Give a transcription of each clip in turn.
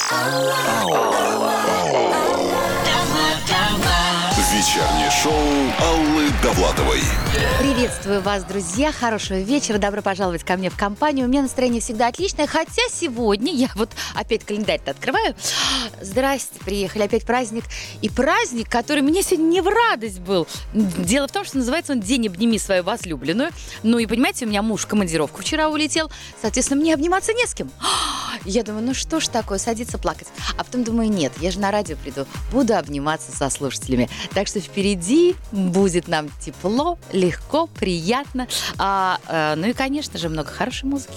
Вечернее шоу Аллы Довлатовой. Приветствую вас, друзья. Хорошего вечера. Добро пожаловать ко мне в компанию. У меня настроение всегда отличное. Хотя сегодня я вот опять календарь-то открываю. Здрасте, приехали. Опять праздник. И праздник, который мне сегодня не в радость был. Дело в том, что называется он «День обними свою возлюбленную». Ну и, понимаете, у меня муж в командировку вчера улетел. Соответственно, мне обниматься не с кем. Я думаю, ну что ж такое, садиться плакать. А потом думаю, нет, я же на радио приду. Буду обниматься со слушателями. Так что впереди будет нам тепло, легко, приятно. Ну и, конечно же, много хорошей музыки.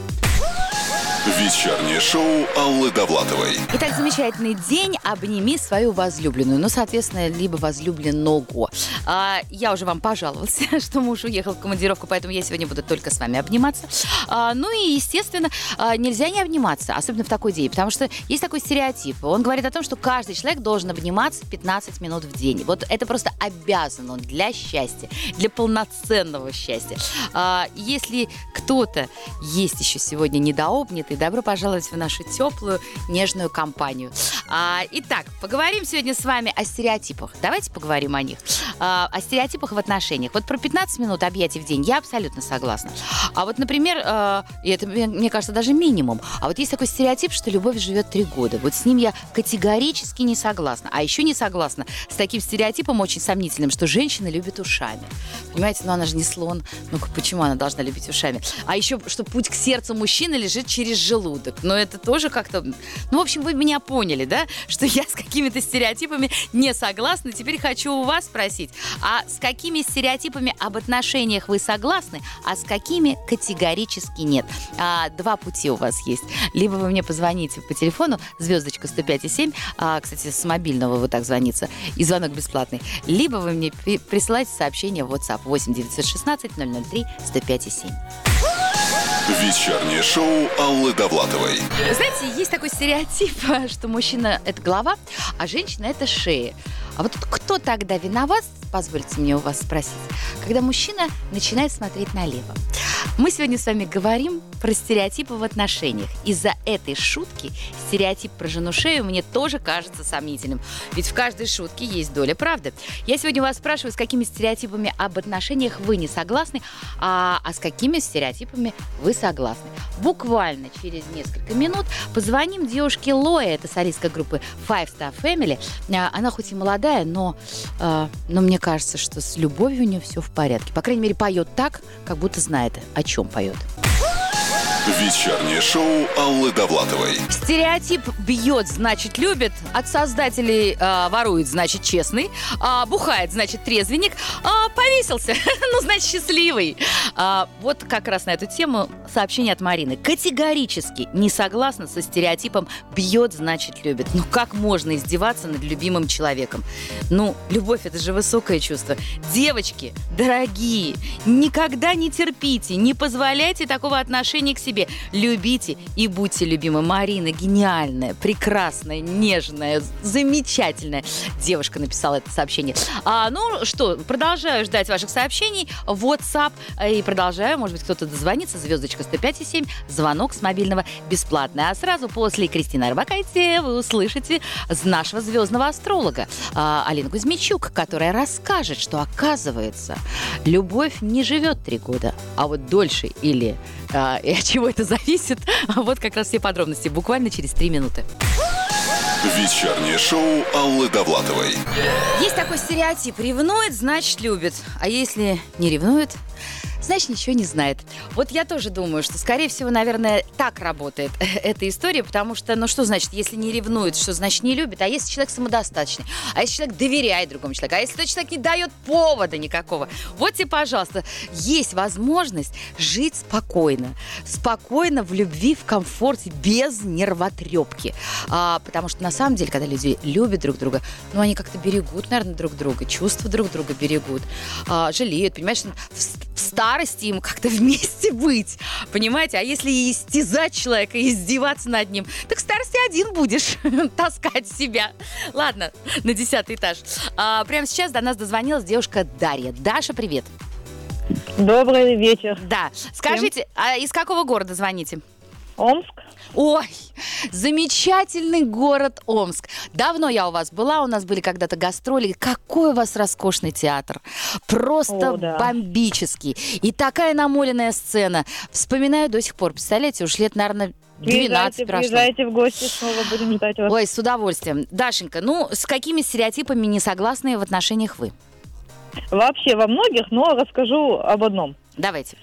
Вечернее шоу Аллы Довлатовой. Итак, замечательный день. Обними свою возлюбленную. Ну, соответственно, либо возлюбленного. Я уже вам пожаловалась, что муж уехал в командировку, поэтому я сегодня буду только с вами обниматься. Ну и, естественно, нельзя не обниматься, особенно в такой день, потому что есть такой стереотип. Он говорит о том, что каждый человек должен обниматься 15 минут в день. Вот это просто обязан он для счастья, для полноценного счастья. Если кто-то есть еще сегодня недообнятый, добро пожаловать в нашу теплую, нежную компанию. Итак, поговорим сегодня с вами о стереотипах. Давайте поговорим о них. О стереотипах в отношениях. Вот про 15 минут объятий в день я абсолютно согласна. А вот, например, и это, мне кажется, даже минимум. А вот есть такой стереотип, что любовь живет 3 года. Вот с ним я категорически не согласна. А еще не согласна с таким стереотипом очень сомнительным, что женщина любит ушами. Понимаете, ну она же не слон. Ну почему она должна любить ушами? А еще, что путь к сердцу мужчины лежит через желудок. Но это тоже как-то... Ну, в общем, вы меня поняли, да? Что я с какими-то стереотипами не согласна. Теперь хочу у вас спросить, а с какими стереотипами об отношениях вы согласны, а с какими категорически нет? 2 пути у вас есть. Либо вы мне позвоните по телефону, звездочка 105,7, кстати, с мобильного вот так звонится, и звонок бесплатный. Либо вы мне присылаете сообщение в WhatsApp 8 916 003 105,7. Вечернее шоу Аллы Довлатовой. Знаете, есть такой стереотип, что мужчина – это голова, а женщина – это шея. А вот кто тогда виноват, позвольте мне у вас спросить, когда мужчина начинает смотреть налево? Мы сегодня с вами говорим про стереотипы в отношениях. Из-за этой шутки стереотип про жену-шею мне тоже кажется сомнительным. Ведь в каждой шутке есть доля правды. Я сегодня вас спрашиваю, с какими стереотипами об отношениях вы не согласны, а с какими стереотипами вы согласны. Буквально через несколько минут позвоним девушке Лое, это солистка группы Five Star Family. Она хоть и молодая, но мне кажется, что с любовью у нее все в порядке. По крайней мере, поет так, как будто знает, о чем поет. Вечернее шоу Аллы Довлатовой. Стереотип «бьет, значит, любит», от создателей «ворует, значит, честный», «бухает, значит, трезвенник», «повесился, ну, значит, счастливый». Вот как раз на эту тему сообщение от Марины. Категорически не согласна со стереотипом «бьет, значит, любит». Ну, как можно издеваться над любимым человеком? Ну, любовь – это же высокое чувство. Девочки, дорогие, никогда не терпите, не позволяйте такого отношения к себе. Любите и будьте любимы. Марина гениальная, прекрасная, нежная, замечательная девушка написала это сообщение. Ну что, продолжаю ждать ваших сообщений в WhatsApp и продолжаю, может быть, кто-то дозвонится, звездочка 105,7, звонок с мобильного бесплатный. А сразу после Кристины Орбакайте вы услышите нашего звездного астролога Алину Кузьмичук, которая расскажет, что, оказывается, любовь не живет 3 года, а вот дольше или... И от чего это зависит? Вот как раз все подробности буквально через 3 минуты. Вечернее шоу Аллы Довлатовой. Есть такой стереотип: ревнует, значит, любит. А если не ревнует, значит, ничего не знает. Вот я тоже думаю, что, скорее всего, наверное, так работает эта история, потому что, ну что значит, если не ревнует, что значит не любит? А если человек самодостаточный? А если человек доверяет другому человеку? А если тот человек не дает повода никакого? Вот тебе, пожалуйста, есть возможность жить спокойно. Спокойно, в любви, в комфорте, без нервотрепки. Потому что, на самом деле, когда люди любят друг друга, ну, они как-то берегут, наверное, друг друга, чувства друг друга берегут, жалеют, понимаешь, в старости им как-то вместе быть, понимаете? А если истязать человека, издеваться над ним, так в старости один будешь таскать себя. Ладно, на 10-й этаж. Прямо сейчас до нас дозвонилась девушка Дарья. Даша, привет. Добрый вечер. Да. Скажите, а из какого города звоните? Омск. Ой, замечательный город Омск. Давно я у вас была, у нас были когда-то гастроли. Какой у вас роскошный театр. Просто бомбический. И такая намоленная сцена. Вспоминаю до сих пор. Представляете, уж лет, наверное, 12 прошло. Приезжайте в гости, снова будем ждать вас. Ой, с удовольствием. Дашенька, ну, с какими стереотипами не согласны в отношениях вы? Вообще во многих, но расскажу об одном. Давайте.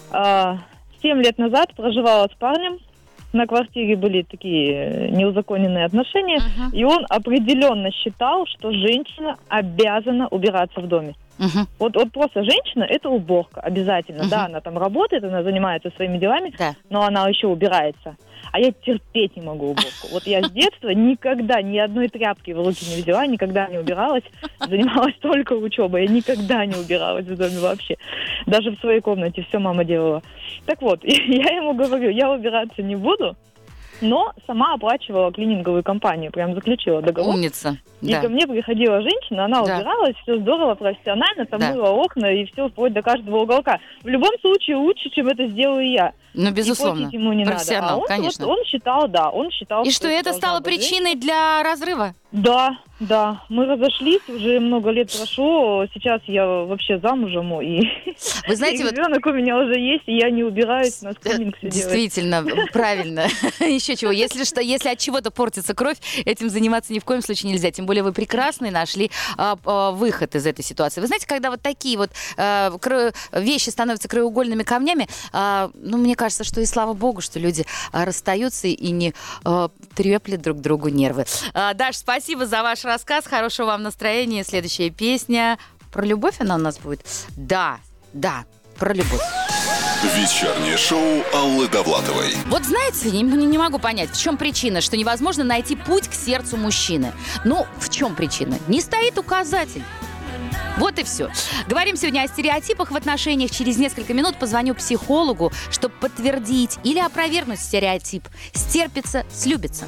7 лет назад проживала с парнем. На квартире были такие неузаконенные отношения. И он определенно считал, что женщина обязана убираться в доме. Вот просто женщина – это уборка обязательно. Да, она там работает, она занимается своими делами, но она еще убирается. А я терпеть не могу уборку. Вот я с детства никогда ни одной тряпки в руки не взяла, никогда не убиралась, занималась только учебой. Я никогда не убиралась в доме вообще. Даже в своей комнате все мама делала. Так вот, я ему говорю, я убираться не буду, но сама оплачивала клининговую компанию, прям заключила договор. Умница. И ко мне приходила женщина, она убиралась, все здорово, профессионально, там мыла окна и все вплоть до каждого уголка. В любом случае лучше, чем это сделаю я. Ну, безусловно. Ему не профессионал, надо. конечно. Он считал, и что это стало причиной для разрыва? Да. Мы разошлись, уже много лет прошло. Сейчас я вообще замужем, и вы знаете, ребенок у меня уже есть, и я не убираюсь, на клининг все делать. Действительно, правильно. Еще чего. Если от чего-то портится кровь, этим заниматься ни в коем случае нельзя. Тем более вы прекрасные нашли выход из этой ситуации. Вы знаете, когда вот такие вот вещи становятся краеугольными камнями, ну, мне кажется, что и слава богу, что люди расстаются и не треплят друг другу нервы. Даш, спасибо за ваш рассказ. Хорошего вам настроения. Следующая песня. Про любовь она у нас будет? Да, про любовь. Вечернее шоу Аллы Довлатовой. Вот знаете, не могу понять, в чем причина, что невозможно найти путь к сердцу мужчины. Ну, в чем причина? Не стоит указатель. Вот и все. Говорим сегодня о стереотипах в отношениях. Через несколько минут позвоню психологу, чтобы подтвердить или опровергнуть стереотип. Стерпится, слюбится.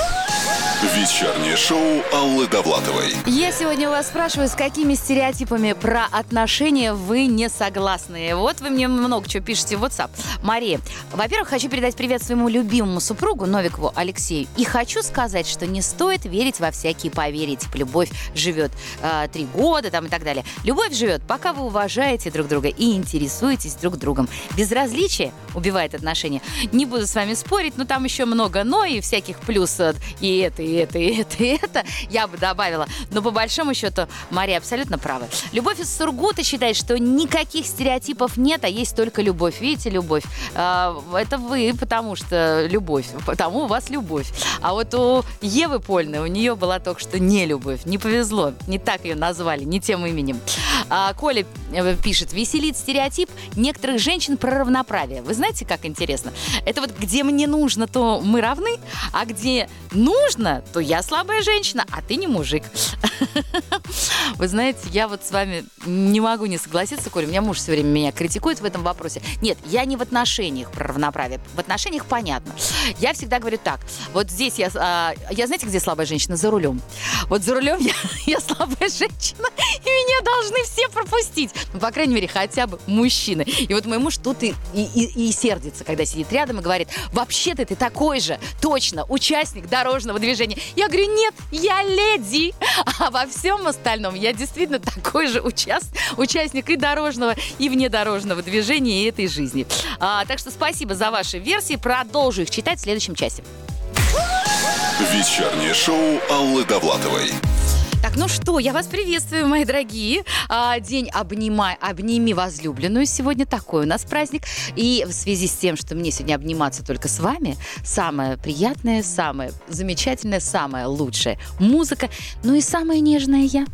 Вечернее шоу Аллы Довлатовой. Я сегодня у вас спрашиваю, с какими стереотипами про отношения вы не согласны. Вот вы мне много чего пишете в WhatsApp. Мария, во-первых, хочу передать привет своему любимому супругу Новикову Алексею. И хочу сказать, что не стоит верить во всякие поверья. Типа, любовь живет 3 года там, и так далее. Любовь живет, пока вы уважаете друг друга и интересуетесь друг другом. Безразличие убивает отношения. Не буду с вами спорить, но там еще много «но» и всяких плюсов. И это. Я бы добавила. Но по большому счету Мария абсолютно права. Любовь из Сургута считает, что никаких стереотипов нет, а есть только любовь. Видите, любовь. Это вы, потому что любовь. Потому у вас любовь. А вот у Евы Польной, у нее была только что не любовь. Не повезло. Не так ее назвали, не тем именем. Коля пишет, веселит стереотип некоторых женщин про равноправие. Вы знаете, как интересно? Это вот где мне нужно, то мы равны, а где нужно, то я слабая женщина, а ты не мужик. Вы знаете, я вот с вами не могу не согласиться, Коля. У меня муж все время меня критикует в этом вопросе. Нет, я не в отношениях про равноправие. В отношениях понятно. Я всегда говорю так. Вот здесь я знаете, где слабая женщина? За рулем. Вот за рулем я слабая женщина, и меня должны все пропустить. Ну, по крайней мере, хотя бы мужчины. И вот мой муж тут и сердится, когда сидит рядом и говорит, вообще-то ты такой же, точно, участник дорожного движения. Я говорю, нет, я леди. А во всем остальном я действительно такой же участник и дорожного, и внедорожного движения, и этой жизни. Так что спасибо за ваши версии. Продолжу их читать в следующем часе. Вечернее шоу Аллы Довлатовой. Так, ну что, я вас приветствую, мои дорогие. День обними возлюбленную. Сегодня такой у нас праздник. И в связи с тем, что мне сегодня обниматься только с вами, самое приятное, самое замечательное, самое лучшее музыка, ну и самое нежное я.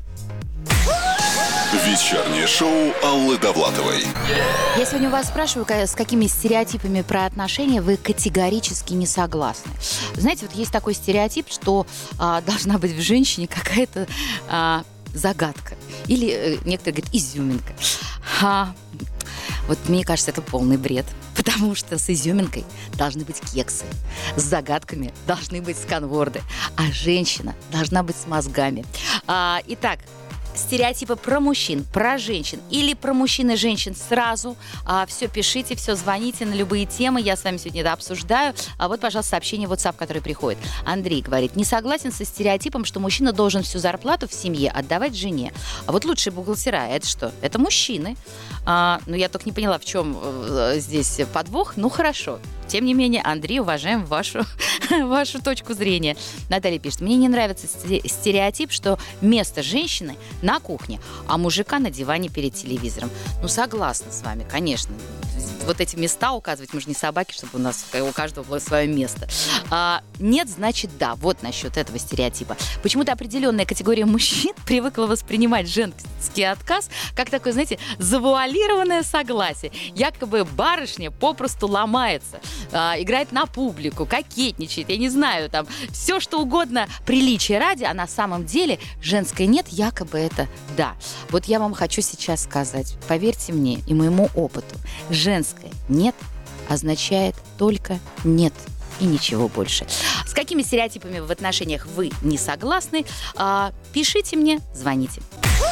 Вечернее шоу Аллы Довлатовой. Я сегодня у вас спрашиваю, с какими стереотипами про отношения вы категорически не согласны. Знаете, вот есть такой стереотип, что должна быть в женщине какая-то загадка. Или некоторые говорят изюминка. Вот мне кажется, это полный бред. Потому что с изюминкой должны быть кексы, с загадками должны быть сканворды, а женщина должна быть с мозгами. Итак, стереотипы про мужчин, про женщин или про мужчин и женщин сразу. Все пишите, все звоните на любые темы. Я с вами сегодня это обсуждаю. А вот, пожалуйста, сообщение в WhatsApp, которое приходит. Андрей говорит, не согласен со стереотипом, что мужчина должен всю зарплату в семье отдавать жене. А вот лучшие бухгалтера, это что? Это мужчины. Ну, я только не поняла, в чем здесь подвох. Ну, хорошо. Тем не менее, Андрей, уважаем вашу точку зрения. Наталья пишет, мне не нравится стереотип, что место женщины на кухне, а мужика на диване перед телевизором. Ну, согласна с вами, конечно. Вот эти места указывать, мы же не собаки, чтобы у каждого было свое место. Нет, значит да. Вот насчет этого стереотипа. Почему-то определенная категория мужчин привыкла воспринимать женский отказ как такое, знаете, завуалированное согласие. Якобы барышня попросту ломается, играет на публику, кокетничает, я не знаю, там все что угодно приличие ради, а на самом деле женское нет, якобы это да. Вот я вам хочу сейчас сказать, поверьте мне и моему опыту, женское нет означает только нет. И ничего больше. С какими стереотипами в отношениях вы не согласны? Пишите мне, звоните.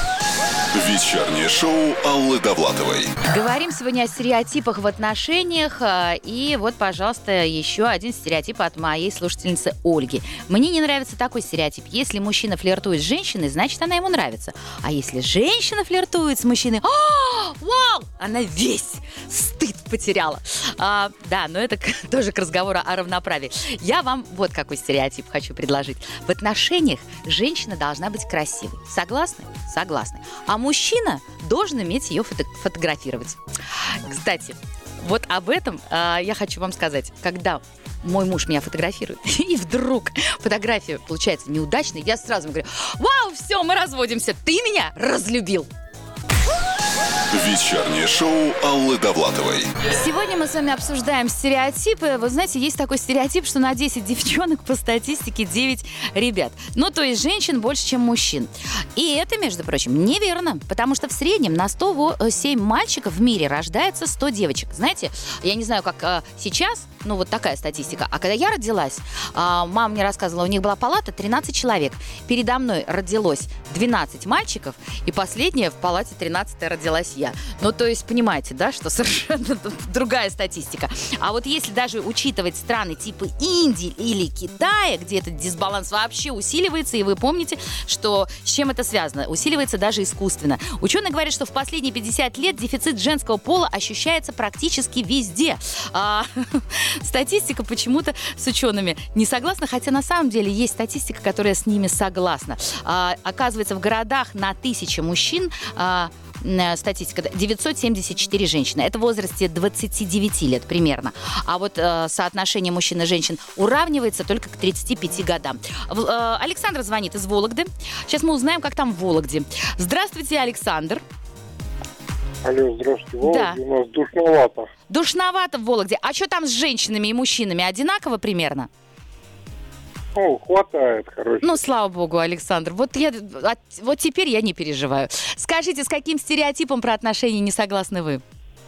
Вечернее шоу Аллы Довлатовой. Говорим сегодня о стереотипах в отношениях. И вот, пожалуйста, еще один стереотип от моей слушательницы Ольги. Мне не нравится такой стереотип. Если мужчина флиртует с женщиной, значит, она ему нравится. А если женщина флиртует с мужчиной, вау, она весь стыд потеряла. Да, но это тоже к разговору о равноправии. Я вам вот какой стереотип хочу предложить. В отношениях женщина должна быть красивой. Согласны? Согласны. А мужчина должен уметь ее фотографировать. Кстати, вот об этом я хочу вам сказать. Когда мой муж меня фотографирует, и вдруг фотография получается неудачной, я сразу ему говорю, вау, все, мы разводимся, ты меня разлюбил. Вечернее шоу Аллы Довлатовой. Сегодня мы с вами обсуждаем стереотипы. Вы знаете, есть такой стереотип, что на 10 девчонок по статистике 9 ребят. Ну, то есть женщин больше, чем мужчин. И это, между прочим, неверно, потому что в среднем на 107 мальчиков в мире рождается 100 девочек. Знаете, я не знаю, как сейчас, ну, вот такая статистика. А когда я родилась, мама мне рассказывала, у них была палата 13 человек. Передо мной родилось 12 мальчиков, и последняя в палате 13-я родилась я. Ну, то есть, понимаете, да, что совершенно другая статистика. А вот если даже учитывать страны типа Индии или Китая, где этот дисбаланс вообще усиливается, и вы помните, что с чем это связано? Усиливается даже искусственно. Ученые говорят, что в последние 50 лет дефицит женского пола ощущается практически везде. Статистика почему-то с учеными не согласна, хотя на самом деле есть статистика, которая с ними согласна. Оказывается, в городах на 1000 мужчин статистика 974 женщины. Это в возрасте 29 лет примерно. А вот соотношение мужчин и женщин уравнивается только к 35 годам. Александр звонит из Вологды. Сейчас мы узнаем, как там в Вологде. Здравствуйте, Александр. Алло, здравствуйте. В Вологде Да. у нас душновато. Душновато в Вологде. А что там с женщинами и мужчинами? Одинаково примерно? Ну, хватает, короче. Ну, слава богу, Александр. Вот теперь я не переживаю. Скажите, с каким стереотипом про отношения не согласны вы?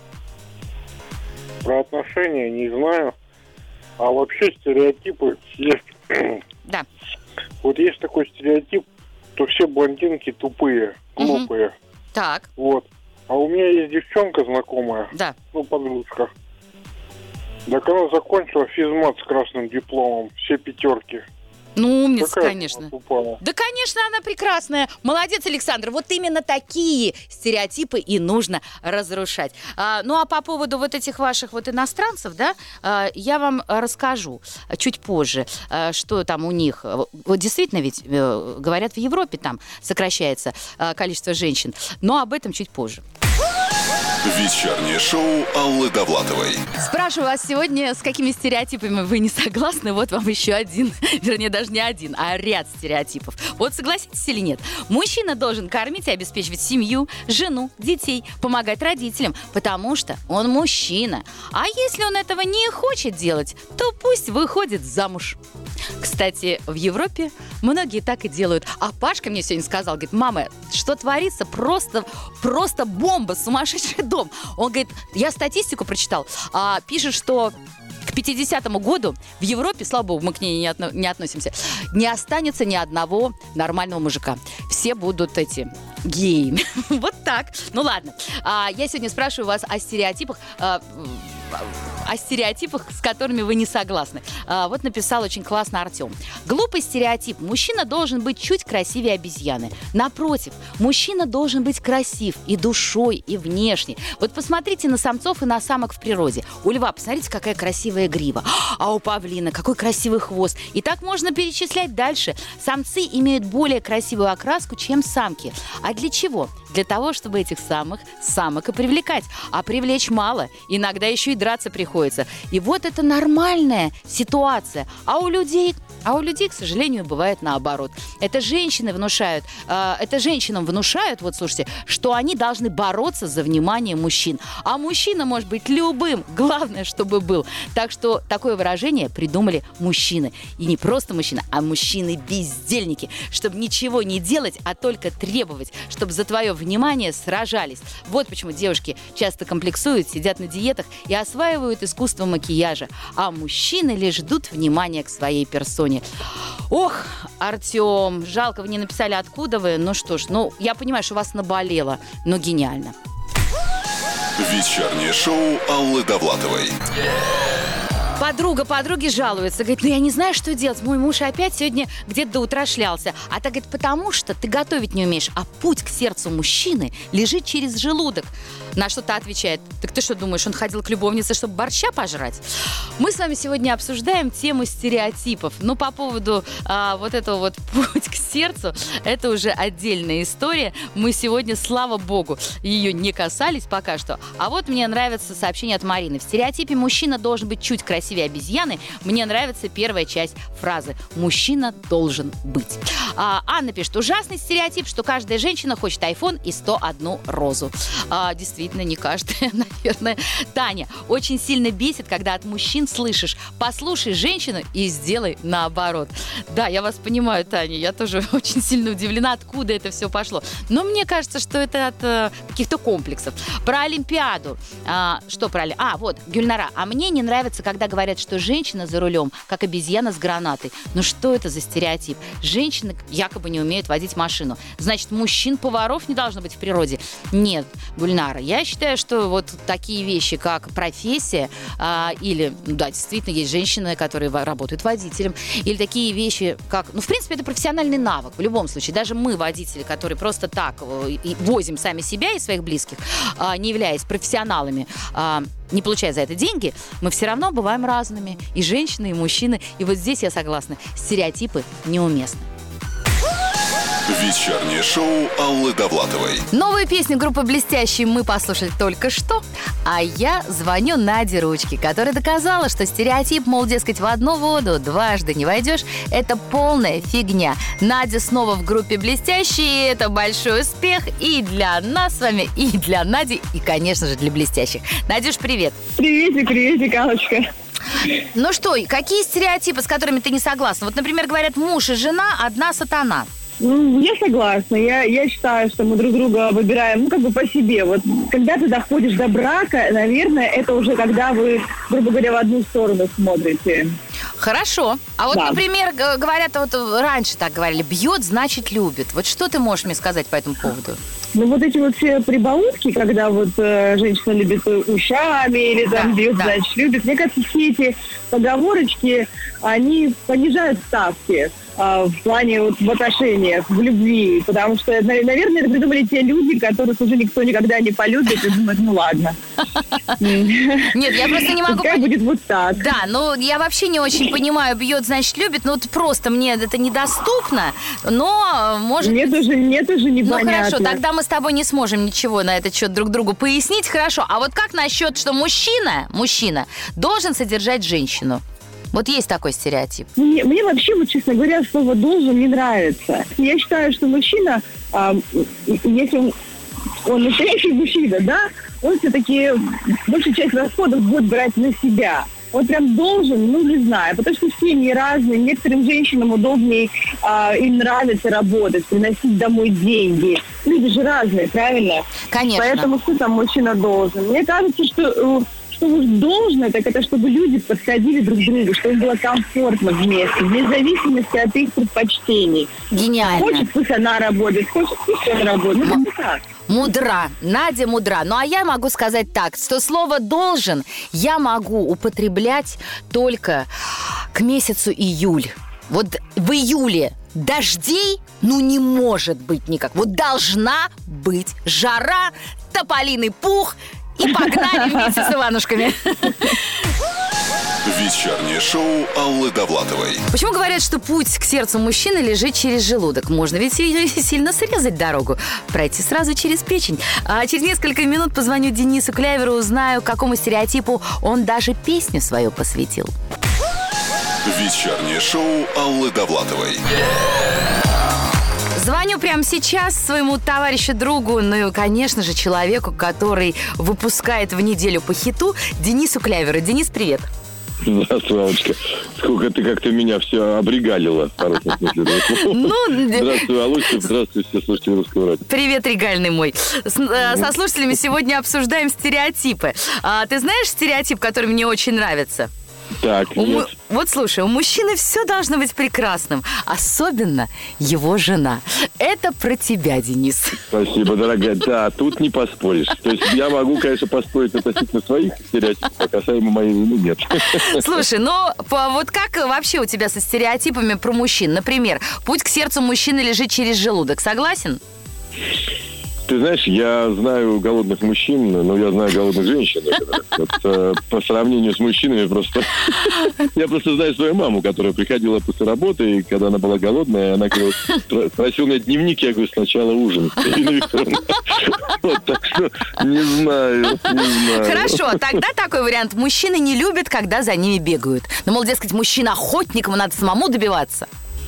Про отношения не знаю. А вообще стереотипы есть. Да. Вот есть такой стереотип, что все блондинки тупые, глупые. Так, Вот. А у меня есть девчонка знакомая, да. ну, подружка. Так она закончила физмат с красным дипломом, все 5. Ну, умница, Какая конечно. она тупая. Да, конечно, она прекрасная. Молодец, Александр. Вот именно такие стереотипы и нужно разрушать. Ну, а по поводу вот этих ваших вот иностранцев, да, я вам расскажу чуть позже, что там у них. Вот действительно ведь, говорят, в Европе там сокращается количество женщин. Но об этом чуть позже. Вечернее шоу Аллы Довлатовой. Спрашиваю вас сегодня, с какими стереотипами вы не согласны. Вот вам еще один, вернее, даже не один, а ряд стереотипов. Вот согласитесь или нет? Мужчина должен кормить и обеспечивать семью, жену, детей, помогать родителям, потому что он мужчина. А если он этого не хочет делать, то пусть выходит замуж. Кстати, в Европе многие так и делают. А Пашка мне сегодня сказал, говорит, мама, что творится, просто бомба, сумасшедший дом. Он говорит, я статистику прочитал, пишет, что к 50-му году в Европе, слава богу, мы к ней не относимся, не останется ни одного нормального мужика. Все будут геями. Вот так. Ну ладно. Я сегодня спрашиваю вас о стереотипах, с которыми вы не согласны. Вот написал очень классно Артем. Глупый стереотип. Мужчина должен быть чуть красивее обезьяны. Напротив, мужчина должен быть красив и душой, и внешне. Вот посмотрите на самцов и на самок в природе. У льва, посмотрите, какая красивая грива. А у павлина какой красивый хвост. И так можно перечислять дальше. Самцы имеют более красивую окраску, чем самки. А для чего? Для того, чтобы этих самок и привлекать. А привлечь мало. Иногда еще и драться приходится. И вот это нормальная ситуация. А у людей, к сожалению, бывает наоборот. Это женщинам внушают, вот слушайте, что они должны бороться за внимание мужчин. А мужчина может быть любым. Главное, чтобы был. Так что такое выражение придумали мужчины. И не просто мужчины, а мужчины-бездельники. Чтобы ничего не делать, а только требовать. Чтобы за твое внимание сражались. Вот почему девушки часто комплексуют, сидят на диетах и осваивают искусство макияжа. А мужчины лишь ждут внимания к своей персоне. Ох, Артем, жалко, вы не написали, откуда вы. Ну что ж, я понимаю, что вас наболело, но гениально. Вечернее шоу Аллы Довлатовой. Подруга подруге жалуется, говорит, я не знаю, что делать. Мой муж опять сегодня где-то до утра шлялся. А так, говорит, потому что ты готовить не умеешь, а путь к сердцу мужчины лежит через желудок. На что та отвечает, так ты что думаешь, он ходил к любовнице, чтобы борща пожрать? Мы с вами сегодня обсуждаем тему стереотипов. Но по поводу вот этого вот путь к сердцу, это уже отдельная история. Мы сегодня, слава богу, ее не касались пока что. А вот мне нравится сообщение от Марины. В стереотипе мужчина должен быть чуть красивее обезьяны. Мне нравится первая часть фразы. Мужчина должен быть. Анна пишет, ужасный стереотип, что каждая женщина хочет iPhone и 101 розу. Действительно, не каждая, наверное. Таня, очень сильно бесит, когда от мужчин слышишь, послушай женщину и сделай наоборот. Да, я вас понимаю, Таня, я тоже очень сильно удивлена, откуда это все пошло. Но мне кажется, что это от каких-то комплексов. Про Олимпиаду. Вот, Гюльнара. А мне не нравится, когда говорят, что женщина за рулем, как обезьяна с гранатой. Ну что это за стереотип? Женщины якобы не умеют водить машину. Значит, мужчин-поваров не должно быть в природе? Нет, Гульнара, я считаю, что вот такие вещи, как профессия, или, да, действительно, есть женщины, которые работают водителем, или такие вещи, как, в принципе, это профессиональный навык, в любом случае. Даже мы, водители, которые просто так возим сами себя и своих близких, не являясь профессионалами, не получая за это деньги, мы все равно бываем разными. И женщины, и мужчины. И вот здесь я согласна. Стереотипы неуместны. Вечернее шоу Аллы Довлатовой. Новую песню группы «Блестящие» мы послушали только что. А я звоню Наде Ручки, которая доказала, что стереотип, мол, дескать, в одну воду дважды не войдешь, это полная фигня. Надя снова в группе «Блестящие», и это большой успех и для нас с вами, и для Нади, и, конечно же, для «Блестящих». Надюш, привет. Приветик, Аллочка. Ну что, какие стереотипы, с которыми ты не согласна? Вот, например, говорят, муж и жена – одна сатана. Я согласна. Я считаю, что мы друг друга выбираем, по себе. Вот когда ты доходишь до брака, наверное, это уже когда вы, грубо говоря, в одну сторону смотрите. Хорошо. А вот, да. Например, говорят, вот раньше так говорили, бьет, значит, любит. Вот что ты можешь мне сказать по этому поводу? Вот эти вот все прибаутки, когда женщина любит ушами или бьет, значит, любит. Мне кажется, все эти поговорочки, они понижают ставки в плане в отношениях, в любви. Потому что, наверное, это придумали те люди, которых уже никто никогда не полюбит и думает, ладно. Нет, я просто не могу... Пускай будет вот так. Да, я вообще не очень понимаю, бьет, значит, любит. Просто мне это недоступно, но может... Мне тоже непонятно. Хорошо, тогда мы с тобой не сможем ничего на этот счет друг другу пояснить. Хорошо, а вот как насчет, что мужчина должен содержать женщину? Вот есть такой стереотип. Мне вообще, честно говоря, слово «должен» не нравится. Я считаю, что мужчина, если он настоящий мужчина, да, он все-таки большую часть расходов будет брать на себя. Он прям должен, не знаю, потому что семьи разные. Некоторым женщинам удобнее, им нравится работать, приносить домой деньги. Люди же разные, правильно? Конечно. Поэтому что там мужчина должен? Мне кажется, что что уж должно, так это чтобы люди подходили друг к другу, чтобы им было комфортно вместе, вне зависимости от их предпочтений. Гениально. Хочет, пусть она работает, хочет, пусть он работает. Ну, как-то так. Мудра. Надя мудра. Ну, а я могу сказать так, что слово «должен» я могу употреблять только к месяцу июль. Вот в июле дождей, ну, не может быть никак. Вот должна быть жара, тополиный пух и погнали вместе с Иванушками. Вечернее шоу Аллы Довлатовой. Почему говорят, что путь к сердцу мужчины лежит через желудок? Можно ведь и сильно срезать дорогу, пройти сразу через печень. А через несколько минут позвоню Денису Кляверу, узнаю, какому стереотипу он даже песню свою посвятил. Вечернее шоу Аллы Довлатовой. Звоню прямо сейчас своему товарищу, другу, ну и, конечно же, человеку, который выпускает в неделю по хиту, Денису Кляверу. Денис, привет. Здравствуй, Аллочка. Сколько ты как-то меня все обрегалила, в хорошем смысле. Здравствуй, Аллочка. Здравствуй, все слушатели Русского радио. Привет, регальный мой. Со слушателями сегодня обсуждаем стереотипы. Ты знаешь стереотип, который мне очень нравится? Так, нет. Вот слушай, у мужчины все должно быть прекрасным, особенно его жена. Это про тебя, Денис. Спасибо, дорогая. Да, тут не поспоришь. То есть я могу, конечно, поспорить относительно своих стереотипов, а касаемо моей жены нет. Слушай, ну вот как вообще у тебя со стереотипами про мужчин? Например, путь к сердцу мужчины лежит через желудок. Согласен? Ты знаешь, я знаю голодных мужчин, но я знаю голодных женщин. Вот, по сравнению с мужчинами просто... Я просто знаю свою маму, которая приходила после работы, и когда она была голодная, она просила меня дневник, я говорю, сначала ужин. Вот, так что не знаю. Хорошо, тогда такой вариант. Мужчины не любят, когда за ними бегают. Ну, мол, дескать, мужчина-охотник, ему надо самому добиваться.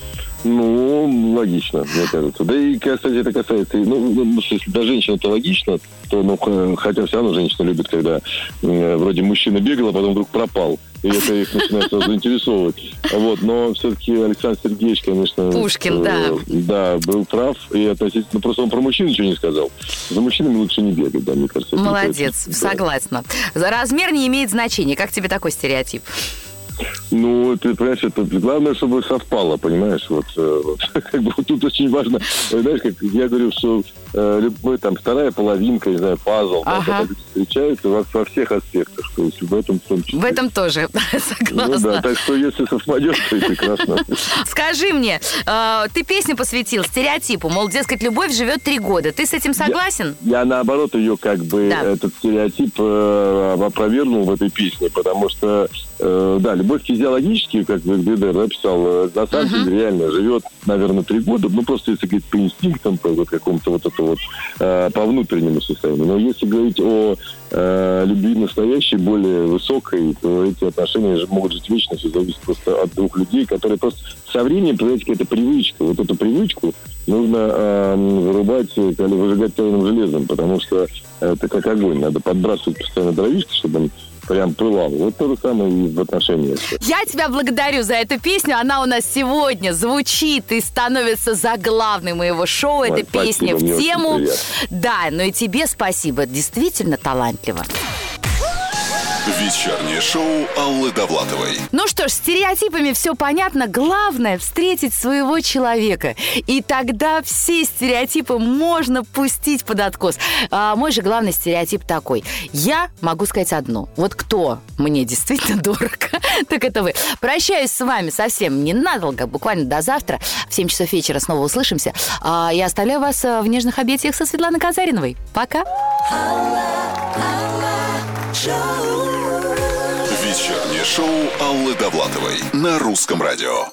Ну, логично, мне кажется. Да и, кстати, это касается... Ну, если для женщин это логично, то, ну, хотя все равно женщина любит, когда вроде мужчина бегал, а потом вдруг пропал. И это их начинает сразу заинтересовывать. Вот, но все-таки Александр Сергеевич, конечно... Пушкин, да. Да, был прав. И относительно... Ну, просто он про мужчин ничего не сказал. За мужчинами лучше не бегать, да, мне кажется. Молодец, согласна. Размер не имеет значения. Как тебе такой стереотип? Ну, ты понимаешь, это главное, чтобы совпало, понимаешь, вот как бы тут очень важно, знаешь, как я говорю, что любой там вторая половинка, не знаю, пазл, когда люди встречаются во всех аспектах, то есть в этом в том числе. В этом тоже, согласна. Ну да, так что если совпадет, то и прекрасно. Скажи мне, ты песню посвятил стереотипу, мол, дескать, любовь живет 3 года. Ты с этим согласен? Я наоборот ее как бы, этот стереотип опровергнул в этой песне, потому что, да, любовь физиологически, как Гвидер написал, на самом деле реально живет, наверное, 3 года. Ну, просто если говорить по инстинктам, по вот какому-то вот это вот, по внутреннему состоянию. Но если говорить о любви настоящей, более высокой, то эти отношения могут жить вечно. Все зависит просто от 2 людей, которые просто со временем появляется какая-то привычка. Вот эту привычку нужно вырубать, выжигать каленым железом, потому что это как огонь. Надо подбрасывать постоянно дровишки, чтобы он прям пылал. Вот то же самое и в отношениях. Я тебя благодарю за эту песню. Она у нас сегодня звучит и становится заглавной моего шоу. Эта песня в тему. Да, но и тебе спасибо. Действительно талантливо. Вечернее шоу Аллы Довлатовой. Ну что ж, с стереотипами все понятно. Главное — встретить своего человека. И тогда все стереотипы можно пустить под откос. Мой же главный стереотип такой. Я могу сказать одно. Вот кто мне действительно дорог, так это вы. Прощаюсь с вами совсем ненадолго, буквально до завтра. В 7 часов вечера снова услышимся. Я оставляю вас в нежных объятиях со Светланой Казариновой. Пока. Вечернее шоу Аллы Довлатовой на Русском радио.